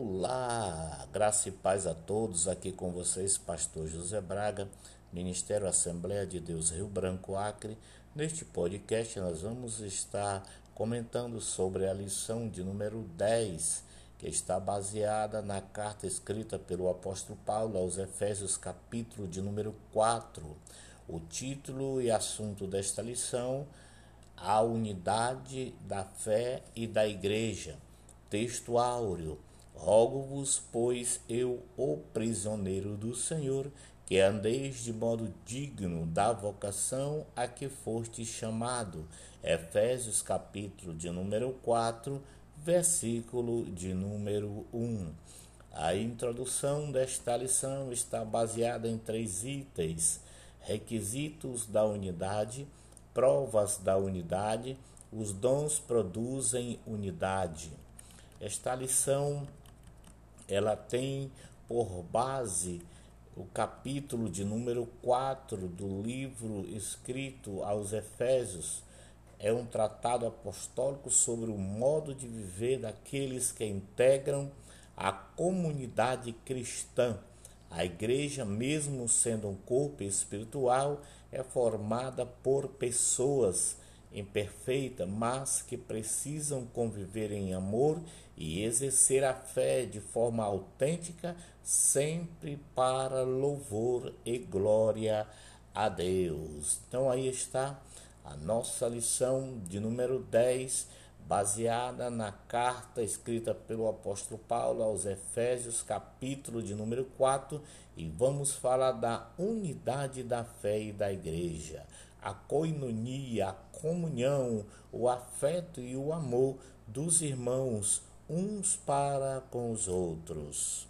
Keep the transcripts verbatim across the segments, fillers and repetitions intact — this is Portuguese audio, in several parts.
Olá, graça e paz a todos, aqui com vocês, pastor José Braga, Ministério Assembleia de Deus Rio Branco, Acre. Neste podcast nós vamos estar comentando sobre a lição de número dez, que está baseada na carta escrita pelo apóstolo Paulo aos Efésios, capítulo de número quatro. O título e assunto desta lição: a unidade da fé e da igreja. Texto áureo: rogo-vos, pois eu, o prisioneiro do Senhor, que andeis de modo digno da vocação a que foste chamado. Efésios capítulo de número quatro, versículo de número um. A introdução desta lição está baseada em três itens: requisitos da unidade, provas da unidade, os dons produzem unidade. Esta lição ela tem por base o capítulo de número quatro do livro escrito aos Efésios. É um tratado apostólico sobre o modo de viver daqueles que integram a comunidade cristã. A igreja, mesmo sendo um corpo espiritual, é formada por pessoas imperfeitas, mas que precisam conviver em amor e exercer a fé de forma autêntica, sempre para louvor e glória a Deus. Então aí está a nossa lição de número dez, baseada na carta escrita pelo apóstolo Paulo aos Efésios, capítulo de número quatro, e vamos falar da unidade da fé e da igreja, a koinonia, a comunhão, o afeto e o amor dos irmãos uns para com os outros.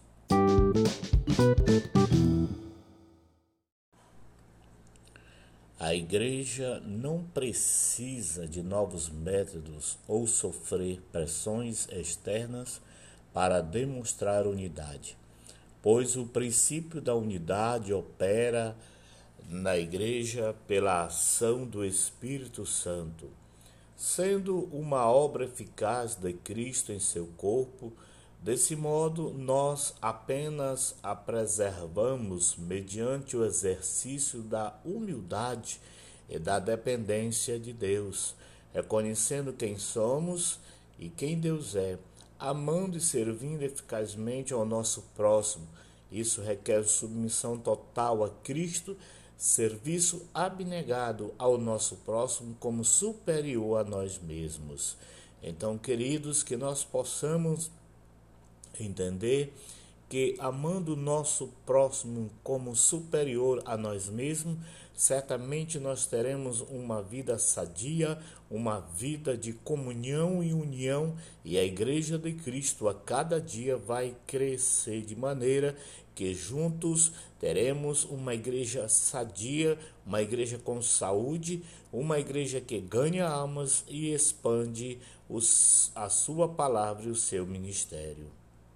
A igreja não precisa de novos métodos ou sofrer pressões externas para demonstrar unidade, pois o princípio da unidade opera na igreja pela ação do Espírito Santo, sendo uma obra eficaz de Cristo em seu corpo. Desse modo, nós apenas a preservamos mediante o exercício da humildade e da dependência de Deus, reconhecendo quem somos e quem Deus é, amando e servindo eficazmente ao nosso próximo. Isso requer submissão total a Cristo, serviço abnegado ao nosso próximo como superior a nós mesmos. Então, queridos, que nós possamos entender que, amando o nosso próximo como superior a nós mesmos, certamente nós teremos uma vida sadia, uma vida de comunhão e união, e a Igreja de Cristo a cada dia vai crescer de maneira que juntos teremos uma igreja sadia, uma igreja com saúde, uma igreja que ganha almas e expande os, a sua palavra e o seu ministério.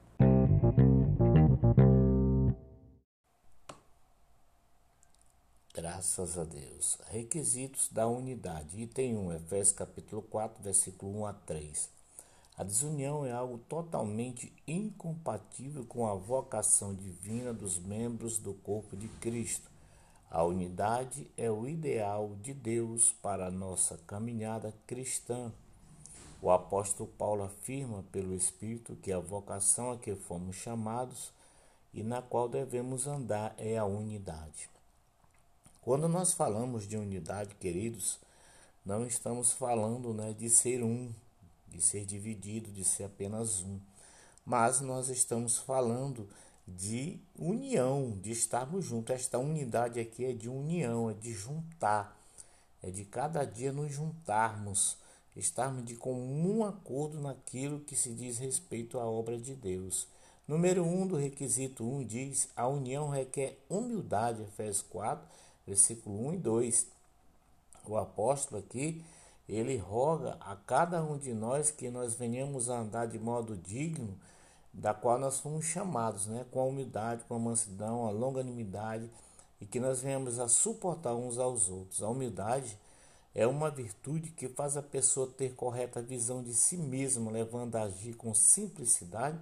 Graças a Deus. Requisitos da unidade. Item um, Efésios capítulo quatro, versículo um a três. A desunião é algo totalmente incompatível com a vocação divina dos membros do corpo de Cristo. A unidade é o ideal de Deus para a nossa caminhada cristã. O apóstolo Paulo afirma pelo Espírito que a vocação a que fomos chamados e na qual devemos andar é a unidade. Quando nós falamos de unidade, queridos, não estamos falando, né, de ser um, de ser dividido, de ser apenas um, mas nós estamos falando de união, de estarmos juntos. Esta unidade aqui é de união, é de juntar, é de cada dia nos juntarmos, estarmos de comum acordo naquilo que se diz respeito à obra de Deus. Número um do requisito um diz: a união requer humildade, Efésios quatro, versículo um e dois. O apóstolo aqui, ele roga a cada um de nós que nós venhamos a andar de modo digno, da qual nós fomos chamados, né? Com a humildade, com a mansidão, a longanimidade, e que nós venhamos a suportar uns aos outros. A humildade é uma virtude que faz a pessoa ter correta visão de si mesma, levando a agir com simplicidade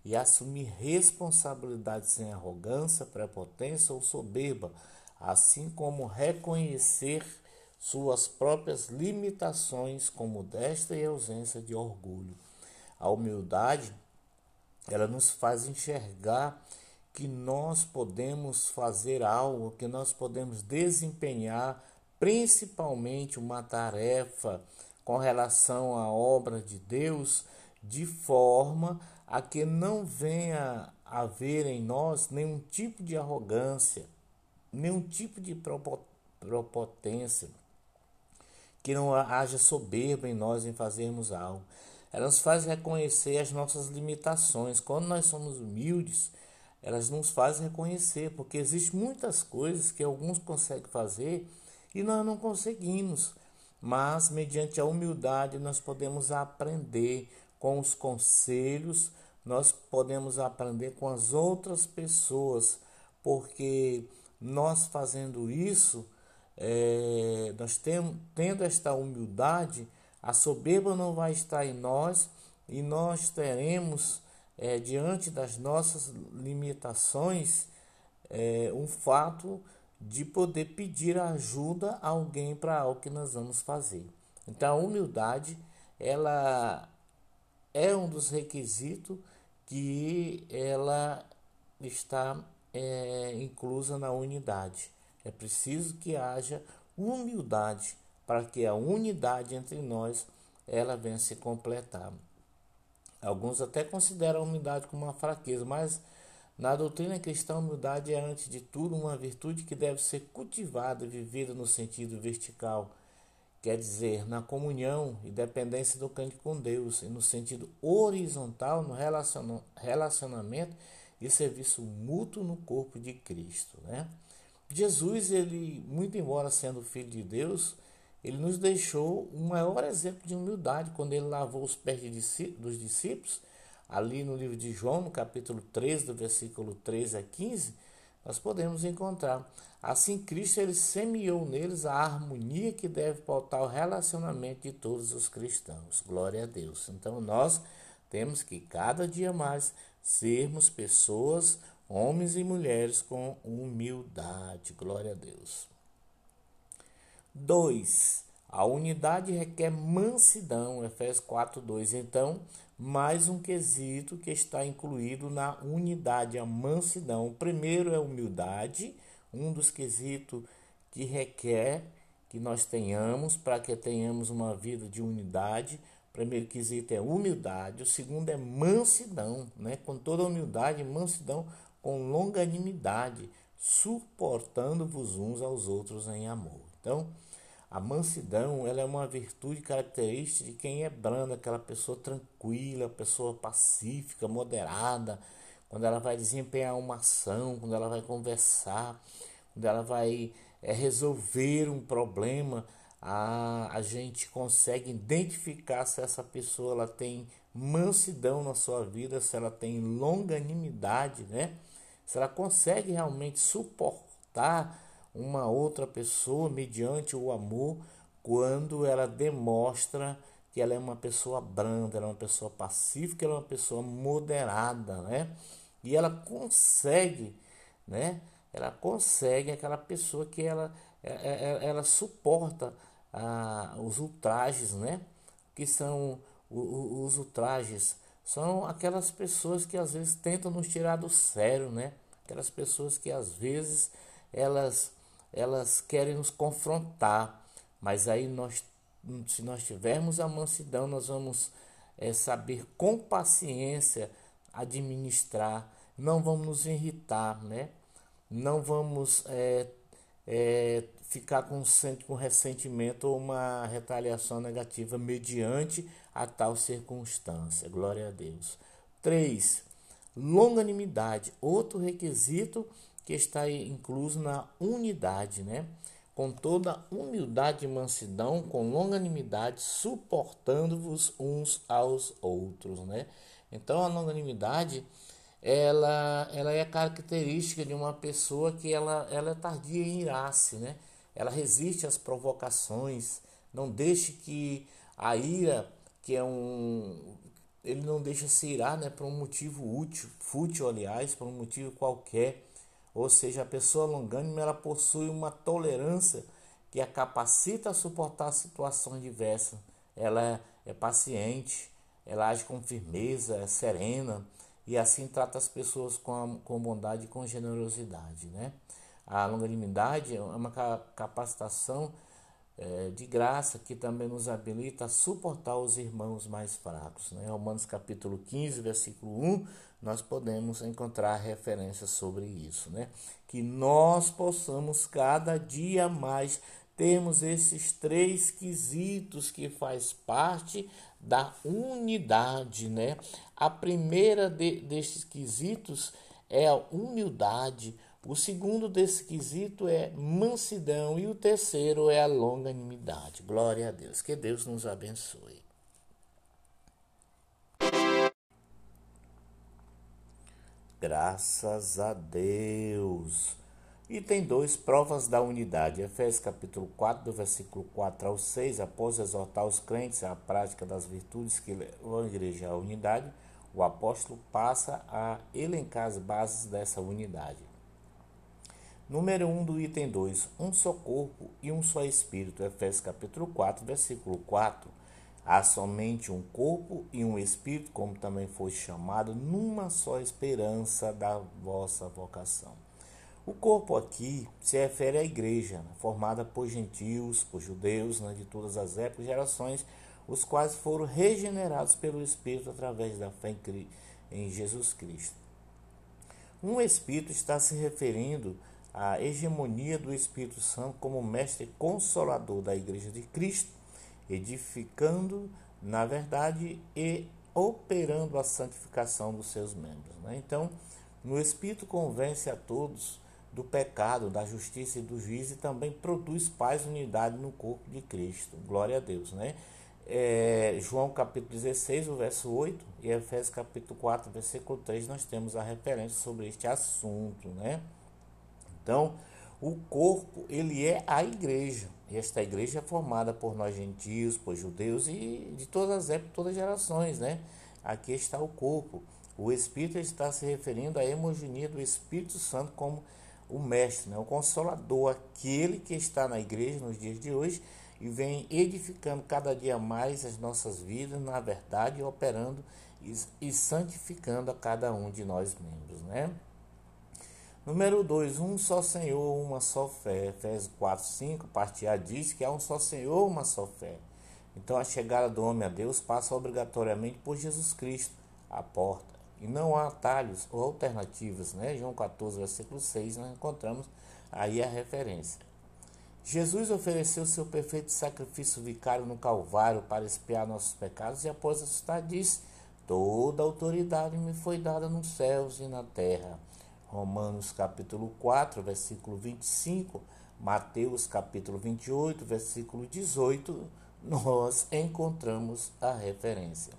e assumir responsabilidades sem arrogância, prepotência ou soberba, assim como reconhecer suas próprias limitações com modéstia e ausência de orgulho. A humildade, ela nos faz enxergar que nós podemos fazer algo, que nós podemos desempenhar, principalmente uma tarefa com relação à obra de Deus, de forma a que não venha a haver em nós nenhum tipo de arrogância, nenhum tipo de prepotência, que não haja soberba em nós em fazermos algo. Ela nos faz reconhecer as nossas limitações. Quando nós somos humildes, elas nos fazem reconhecer, porque existem muitas coisas que alguns conseguem fazer e nós não conseguimos. Mas, mediante a humildade, nós podemos aprender com os conselhos, nós podemos aprender com as outras pessoas, porque nós fazendo isso, é, nós temos, tendo esta humildade, a soberba não vai estar em nós e nós teremos, é, diante das nossas limitações, é, um fato de poder pedir ajuda a alguém para algo que nós vamos fazer. Então, a humildade, ela é um dos requisitos que ela está é, inclusa na unidade. É preciso que haja humildade para que a unidade entre nós ela venha se completar. Alguns até consideram a humildade como uma fraqueza, mas na doutrina cristã, a humildade é, antes de tudo, uma virtude que deve ser cultivada e vivida no sentido vertical, quer dizer, na comunhão e dependência do cântico com Deus, e no sentido horizontal, no relacionamento e serviço mútuo no corpo de Cristo, né? Jesus, ele, muito embora sendo filho de Deus, ele nos deixou um maior exemplo de humildade quando ele lavou os pés dos discípulos, ali no livro de João, no capítulo treze, do versículo treze a quinze, nós podemos encontrar. Assim, Cristo ele semeou neles a harmonia que deve pautar o relacionamento de todos os cristãos. Glória a Deus. Então, nós temos que cada dia mais sermos pessoas, homens e mulheres com humildade. Glória a Deus. dois. A unidade requer mansidão, Efésios quatro, dois. Então, mais um quesito que está incluído na unidade, a mansidão. O primeiro é humildade, um dos quesitos que requer que nós tenhamos para que tenhamos uma vida de unidade. O primeiro quesito é humildade, o segundo é mansidão, né? Com toda humildade e mansidão, com longanimidade, suportando-vos uns aos outros em amor. Então, a mansidão, ela é uma virtude característica de quem é brando, aquela pessoa tranquila, pessoa pacífica, moderada, quando ela vai desempenhar uma ação, quando ela vai conversar, quando ela vai é, resolver um problema, a, a gente consegue identificar se essa pessoa ela tem mansidão na sua vida, se ela tem longanimidade, né? Se ela consegue realmente suportar uma outra pessoa mediante o amor, quando ela demonstra que ela é uma pessoa branda, ela é uma pessoa pacífica, ela é uma pessoa moderada, né? E ela consegue, né? Ela consegue aquela pessoa que ela, ela, ela suporta ah, os ultrajes, né? Que são os, os ultrajes, são aquelas pessoas que às vezes tentam nos tirar do sério, né? Aquelas pessoas que às vezes elas elas querem nos confrontar, mas aí nós, se nós tivermos a mansidão, nós vamos é, saber com paciência administrar, não vamos nos irritar, né? Não vamos é, é, ficar com, com ressentimento ou uma retaliação negativa mediante a tal circunstância. Glória a Deus. três. Longanimidade, outro requisito que está incluso na unidade, né? Com toda humildade e mansidão, com longanimidade, suportando-vos uns aos outros, né? Então, a longanimidade, ela, ela é a característica de uma pessoa que ela, ela é tardia em irar-se, né? Ela resiste às provocações, não deixe que a ira, que é um... ele não deixa se irar, né, por um motivo útil, fútil, aliás, por um motivo qualquer. Ou seja, a pessoa longânime, ela possui uma tolerância que a capacita a suportar situações diversas. Ela é, é paciente, ela age com firmeza, é serena e assim trata as pessoas com, a, com bondade e com generosidade, né? A longanimidade é uma capacitação é, de graça que também nos habilita a suportar os irmãos mais fracos, né? Romanos capítulo quinze, versículo um, nós podemos encontrar referências sobre isso, né? Que nós possamos cada dia mais termos esses três quesitos que faz parte da unidade, né? A primeira de, destes quesitos é a humildade. O segundo desse quesito é mansidão e o terceiro é a longanimidade. Glória a Deus. Que Deus nos abençoe. Graças a Deus. Item dois, provas da unidade. Efésios capítulo quatro, do versículo quatro ao seis, após exortar os crentes à prática das virtudes que levam a igreja à unidade, o apóstolo passa a elencar as bases dessa unidade. Número um do item dois, um só corpo e um só espírito. Efésios capítulo quatro, versículo quatro. Há somente um corpo e um espírito, como também foi chamado, numa só esperança da vossa vocação. O corpo aqui se refere à igreja, né, formada por gentios, por judeus, né, de todas as épocas e gerações, os quais foram regenerados pelo Espírito através da fé em Jesus Cristo. Um Espírito está se referindo à hegemonia do Espírito Santo como mestre consolador da Igreja de Cristo, edificando na verdade e operando a santificação dos seus membros, né? Então, no Espírito convence a todos do pecado, da justiça e do juízo e também produz paz e unidade no corpo de Cristo. Glória a Deus, né? É, João capítulo dezesseis, o verso oito, e Efésios capítulo quatro, versículo três, nós temos a referência sobre este assunto, né? Então, o corpo, ele é a igreja. E esta igreja é formada por nós gentios, por judeus e de todas as épocas, todas as gerações, né? Aqui está o corpo. O Espírito está se referindo à hemogeneia do Espírito Santo como o mestre, né? O consolador, aquele que está na igreja nos dias de hoje e vem edificando cada dia mais as nossas vidas, na verdade, operando e, e santificando a cada um de nós membros, né? Número dois, um só Senhor, uma só fé. Efésios quatro, cinco, parte A diz que há um só Senhor, uma só fé. Então a chegada do homem a Deus passa obrigatoriamente por Jesus Cristo, a porta. E não há atalhos ou alternativas, né? João quatorze, versículo seis, nós encontramos aí a referência. Jesus ofereceu seu perfeito sacrifício vicário no Calvário para expiar nossos pecados e após ressuscitar disse: toda autoridade me foi dada nos céus e na terra. Romanos capítulo quatro, versículo vinte e cinco, Mateus capítulo vinte e oito, versículo dezoito, nós encontramos a referência.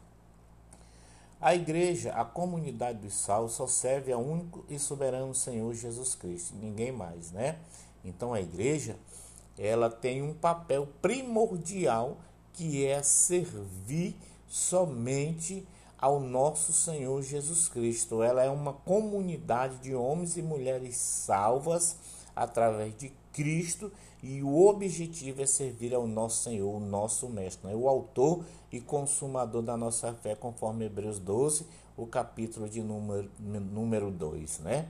A igreja, a comunidade dos salvos, só serve ao único e soberano Senhor Jesus Cristo, ninguém mais, né? Então a igreja, ela tem um papel primordial que é servir somente ao nosso Senhor Jesus Cristo. Ela é uma comunidade de homens e mulheres salvas através de Cristo e o objetivo é servir ao nosso Senhor, o nosso Mestre, né? O autor e consumador da nossa fé, conforme Hebreus doze, o capítulo de número, número dois, né?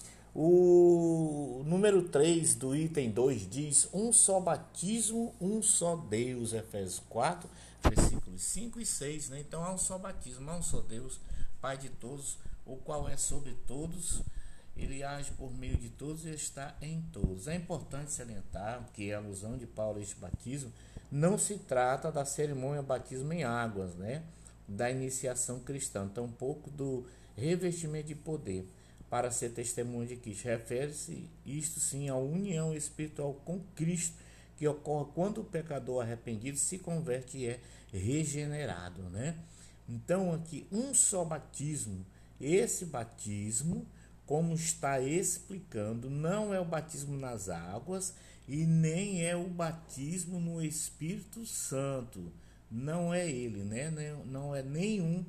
O número três do item dois diz: um só batismo, um só Deus. Efésios quatro, versículos cinco e seis, né? Então há um só batismo, há um só Deus, Pai de todos, o qual é sobre todos, ele age por meio de todos e está em todos. É importante salientar que a alusão de Paulo a este batismo não se trata da cerimônia batismo em águas, né? Da iniciação cristã, tampouco do revestimento de poder para ser testemunho de Cristo. Refere-se isto sim à união espiritual com Cristo, que ocorre quando o pecador arrependido se converte e é regenerado, né? Então aqui um só batismo. Esse batismo, como está explicando, não é o batismo nas águas e nem é o batismo no Espírito Santo. Não é ele, né? Não é nenhum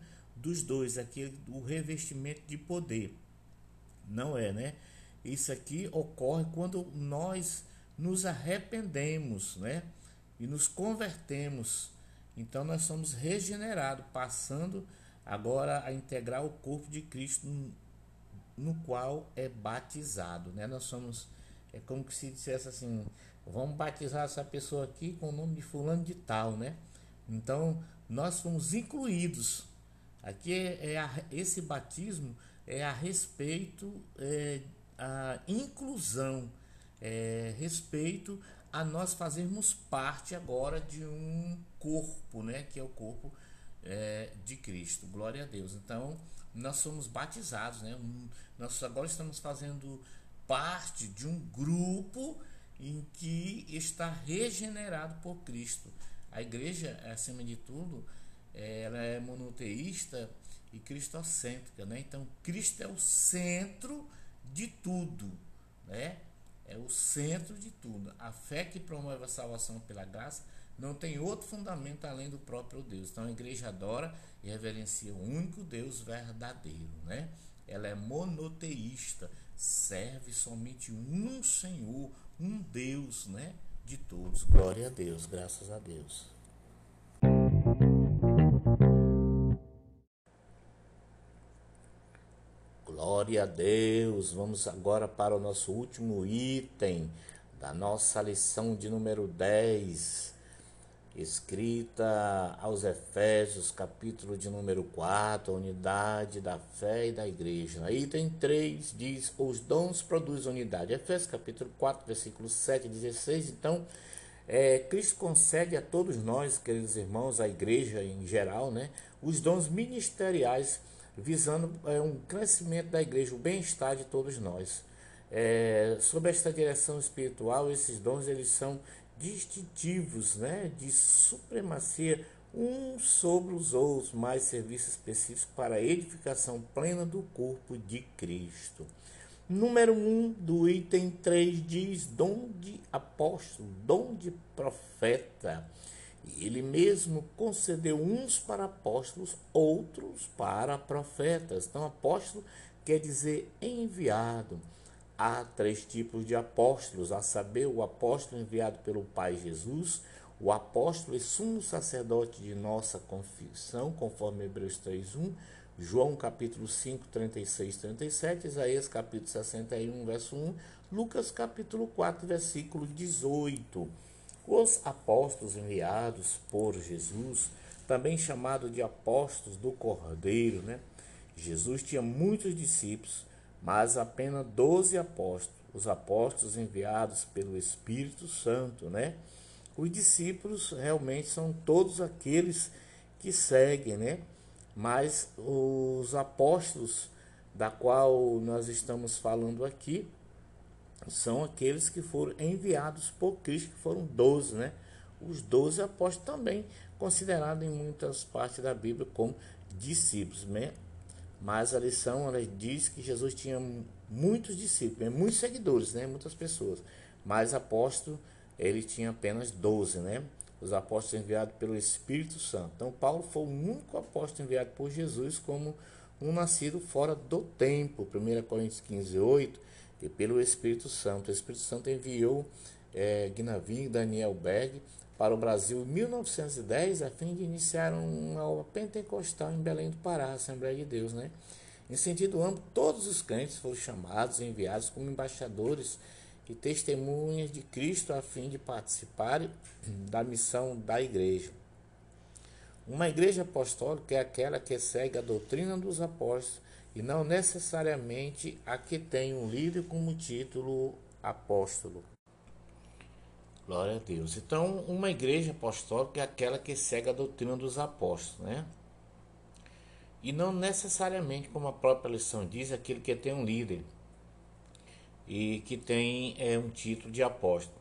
dos dois, aquele o revestimento de poder. Não é, né? Isso aqui ocorre quando nós nos arrependemos, né? E nos convertemos. Então nós somos regenerados, passando agora a integrar o corpo de Cristo, no qual é batizado, né? Nós somos, é como que se dissesse assim, vamos batizar essa pessoa aqui com o nome de fulano de tal, né? Então nós fomos incluídos. Aqui é, é a, esse batismo é a respeito, é, a inclusão, é, respeito a nós fazermos parte agora de um corpo, né? Que é o corpo é, de Cristo. Glória a Deus. Então nós somos batizados, né? Nós agora estamos fazendo parte de um grupo em que está regenerado por Cristo. A igreja, acima de tudo, ela é monoteísta e cristocêntrica, né? Então Cristo é o centro de tudo, né? É o centro de tudo. A fé que promove a salvação pela graça não tem outro fundamento além do próprio Deus. Então a igreja adora e reverencia o único Deus verdadeiro, né? Ela é monoteísta, serve somente um Senhor, um Deus, né? De todos. Glória a Deus, graças a Deus. Glória a Deus. Vamos agora para o nosso último item da nossa lição de número dez, escrita aos Efésios, capítulo de número quatro, a unidade da fé e da igreja. Item três diz: os dons produzem unidade. Efésios capítulo quatro, versículos sete e dezesseis. Então, é, Cristo concede a todos nós, queridos irmãos, a igreja em geral, né, os dons ministeriais, visando é, um crescimento da igreja, o bem-estar de todos nós. É, sob esta direção espiritual, esses dons eles são distintivos, né, de supremacia uns sobre os outros, mais serviços específicos para a edificação plena do corpo de Cristo. Número um do item três diz dom de apóstolo, dom de profeta. Ele mesmo concedeu uns para apóstolos, outros para profetas. Então, apóstolo quer dizer enviado. Há três tipos de apóstolos, a saber, o apóstolo enviado pelo Pai Jesus, o apóstolo e sumo sacerdote de nossa confissão, conforme Hebreus três, um, João capítulo cinco, trinta e seis, trinta e sete, Isaías capítulo sessenta e um, verso um, Lucas capítulo quatro, versículo dezoito. Os apóstolos enviados por Jesus, também chamado de apóstolos do Cordeiro, né? Jesus tinha muitos discípulos, mas apenas doze apóstolos, os apóstolos enviados pelo Espírito Santo, né? Os discípulos realmente são todos aqueles que seguem, né? Mas os apóstolos da qual nós estamos falando aqui são aqueles que foram enviados por Cristo, que foram doze, né? Os doze apóstolos também considerados em muitas partes da Bíblia como discípulos, né? Mas a lição ela diz que Jesus tinha muitos discípulos, muitos seguidores, né? Muitas pessoas. Mas apóstolo, ele tinha apenas doze, né? Os apóstolos enviados pelo Espírito Santo. Então Paulo foi o único apóstolo enviado por Jesus como um nascido fora do tempo. primeira Coríntios quinze, oito. E pelo Espírito Santo. O Espírito Santo enviou é, Gnavim e Daniel Berg para o Brasil em mil novecentos e dez, a fim de iniciar uma aula pentecostal em Belém do Pará, Assembleia de Deus, né? Em sentido amplo, todos os crentes foram chamados e enviados como embaixadores e testemunhas de Cristo a fim de participarem da missão da igreja. Uma igreja apostólica é aquela que segue a doutrina dos apóstolos e não necessariamente a que tem um líder como título apóstolo. Glória a Deus. Então, uma igreja apostólica é aquela que segue a doutrina dos apóstolos, né? E não necessariamente, como a própria lição diz, aquele que tem um líder e que tem é, um título de apóstolo.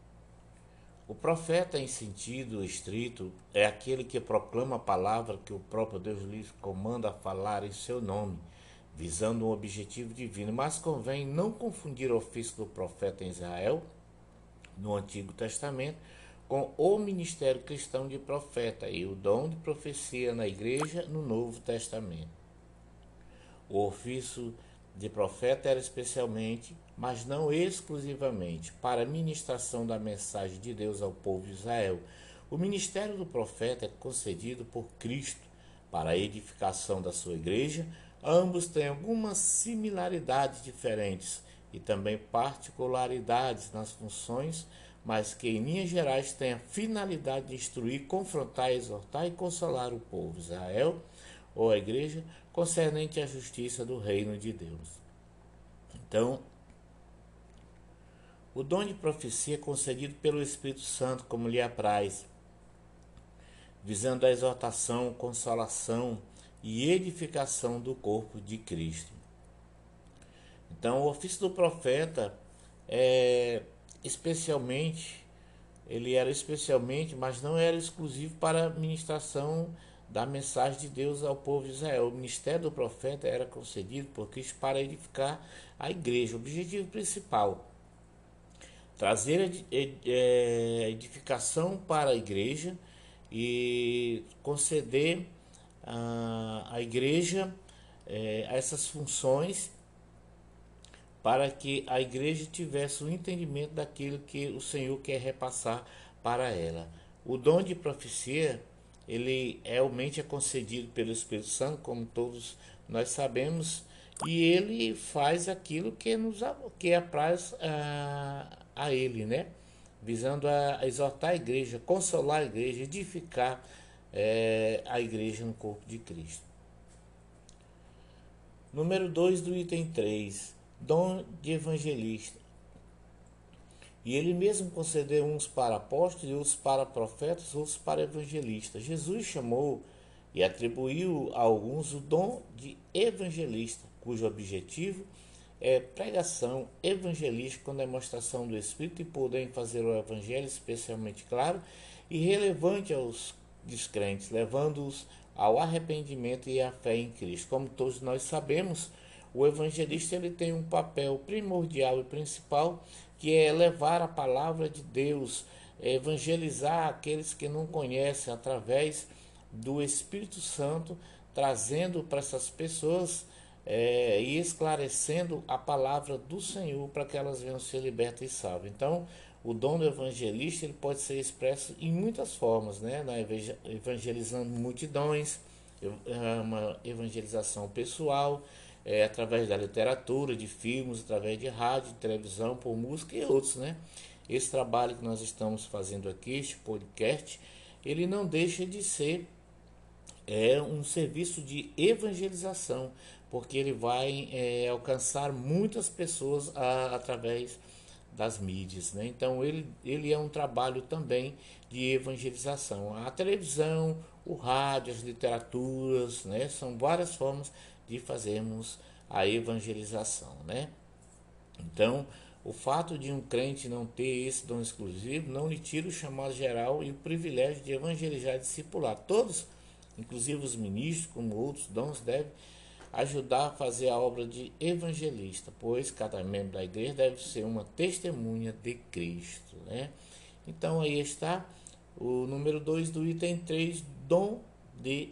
O profeta, em sentido estrito, é aquele que proclama a palavra que o próprio Deus lhe comanda a falar em seu nome, visando um objetivo divino. Mas convém não confundir o ofício do profeta em Israel, no Antigo Testamento, com o ministério cristão de profeta e o dom de profecia na igreja no Novo Testamento. O ofício de profeta era especialmente, mas não exclusivamente, para a ministração da mensagem de Deus ao povo de Israel. O ministério do profeta é concedido por Cristo para a edificação da sua igreja. Ambos têm algumas similaridades diferentes e também particularidades nas funções, mas que em linhas gerais têm a finalidade de instruir, confrontar, exortar e consolar o povo de Israel ou a igreja concernente à justiça do reino de Deus. Então, o dom de profecia é concedido pelo Espírito Santo, como lhe apraz, visando a exortação, consolação e edificação do corpo de Cristo. Então, o ofício do profeta é especialmente, ele era especialmente, mas não era exclusivo para a ministração da mensagem de Deus ao povo de Israel. O ministério do profeta era concedido por Cristo para edificar a igreja. O objetivo principal, trazer a edificação para a igreja e conceder à igreja é, essas funções para que a igreja tivesse o entendimento daquilo que o Senhor quer repassar para ela. O dom de profecia, ele realmente é concedido pelo Espírito Santo, como todos nós sabemos, e ele faz aquilo que nos que apraz a, a ele, né? Visando a, a exortar a igreja, consolar a igreja, edificar é, a igreja no corpo de Cristo. Número dois do item três. Dom de evangelista. E ele mesmo concedeu uns para apóstolos, outros para profetas, outros para evangelistas. Jesus chamou e atribuiu a alguns o dom de evangelista, cujo objetivo é pregação evangelística com demonstração do Espírito e poder em fazer o evangelho especialmente claro e relevante aos descrentes, levando-os ao arrependimento e à fé em Cristo. Como todos nós sabemos, o evangelista ele tem um papel primordial e principal, que é levar a palavra de Deus, evangelizar aqueles que não conhecem através do Espírito Santo, trazendo para essas pessoas é, e esclarecendo a palavra do Senhor para que elas venham ser libertas e salvas. Então, o dom do evangelista ele pode ser expresso em muitas formas, né? Na evangelizando multidões, uma evangelização pessoal, É, através da literatura, de filmes, através de rádio, de televisão, por música e outros, né? Esse trabalho que nós estamos fazendo aqui, este podcast, ele não deixa de ser é, um serviço de evangelização, porque ele vai é, alcançar muitas pessoas a, através das mídias, né? Então ele, ele é um trabalho também de evangelização. A televisão, o rádio, as literaturas, né? São várias formas de fazermos a evangelização, né? Então, o fato de um crente não ter esse dom exclusivo não lhe tira o chamado geral e o privilégio de evangelizar e discipular. Todos, inclusive os ministros, como outros dons, devem ajudar a fazer a obra de evangelista, pois cada membro da igreja deve ser uma testemunha de Cristo, né? Então, aí está o número dois do item três, dom de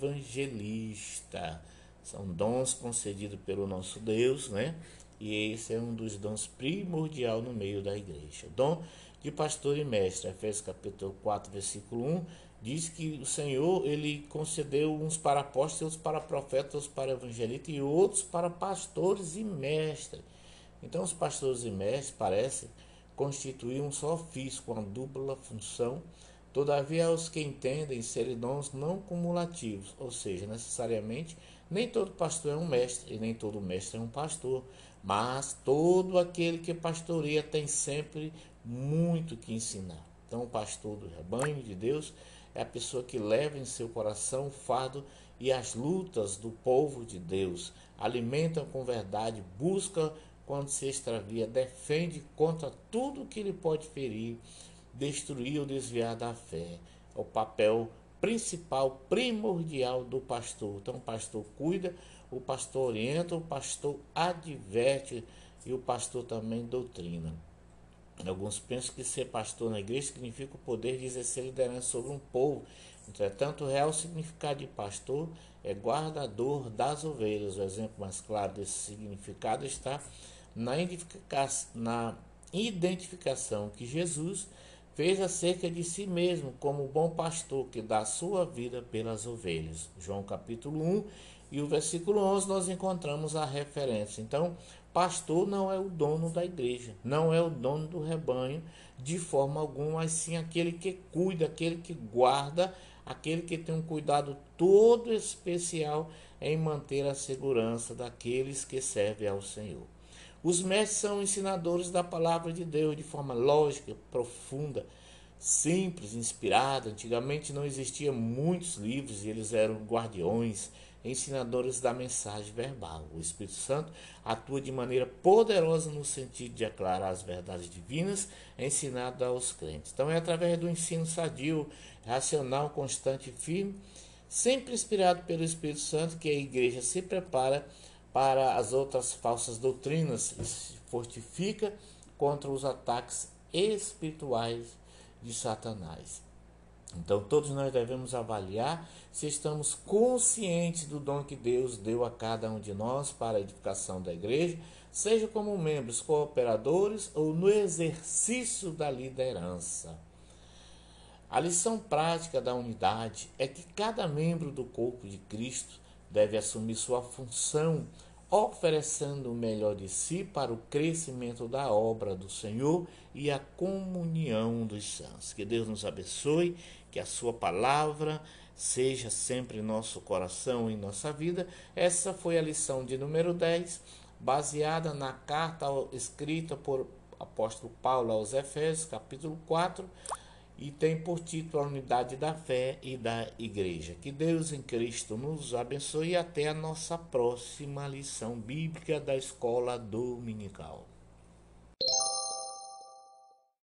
evangelista. São dons concedidos pelo nosso Deus, né? E esse é um dos dons primordial no meio da igreja. O dom de pastor e mestre, Efésios capítulo quatro, versículo um, diz que o Senhor, ele concedeu uns para apóstolos, outros para profetas, outros para evangelistas e outros para pastores e mestres. Então, os pastores e mestres parecem constituir um só ofício com a dupla função. Todavia, os que entendem serem dons não cumulativos, ou seja, necessariamente, nem todo pastor é um mestre, e nem todo mestre é um pastor, mas todo aquele que pastoreia tem sempre muito que ensinar. Então, o pastor do rebanho de Deus é a pessoa que leva em seu coração o fardo e as lutas do povo de Deus, alimenta com verdade, busca quando se extravia, defende contra tudo que lhe pode ferir, destruir ou desviar da fé. É o papel principal, primordial do pastor. Então o pastor cuida, o pastor orienta, o pastor adverte e o pastor também doutrina. Alguns pensam que ser pastor na igreja significa o poder de exercer liderança sobre um povo. Entretanto, o real significado de pastor é guardador das ovelhas. O exemplo mais claro desse significado está na na identificação que Jesus fez acerca de si mesmo como o bom pastor que dá a sua vida pelas ovelhas. João capítulo um e o versículo onze nós encontramos a referência. Então, pastor não é o dono da igreja, não é o dono do rebanho de forma alguma, mas sim aquele que cuida, aquele que guarda, aquele que tem um cuidado todo especial em manter a segurança daqueles que servem ao Senhor. Os mestres são ensinadores da palavra de Deus de forma lógica, profunda, simples, inspirada. Antigamente não existiam muitos livros e eles eram guardiões, ensinadores da mensagem verbal. O Espírito Santo atua de maneira poderosa no sentido de aclarar as verdades divinas ensinadas aos crentes. Então é através do ensino sadio, racional, constante e firme, sempre inspirado pelo Espírito Santo, que a igreja se prepara para as outras falsas doutrinas e se fortifica contra os ataques espirituais de Satanás. Então todos nós devemos avaliar se estamos conscientes do dom que Deus deu a cada um de nós para a edificação da igreja, seja como membros cooperadores ou no exercício da liderança. A lição prática da unidade é que cada membro do corpo de Cristo deve assumir sua função, oferecendo o melhor de si para o crescimento da obra do Senhor e a comunhão dos santos. Que Deus nos abençoe, que a sua palavra seja sempre em nosso coração e em nossa vida. Essa foi a lição de número dez, baseada na carta escrita por apóstolo Paulo aos Efésios, capítulo quatro, e tem por título a unidade da fé e da igreja. Que Deus em Cristo nos abençoe e até a nossa próxima lição bíblica da Escola Dominical.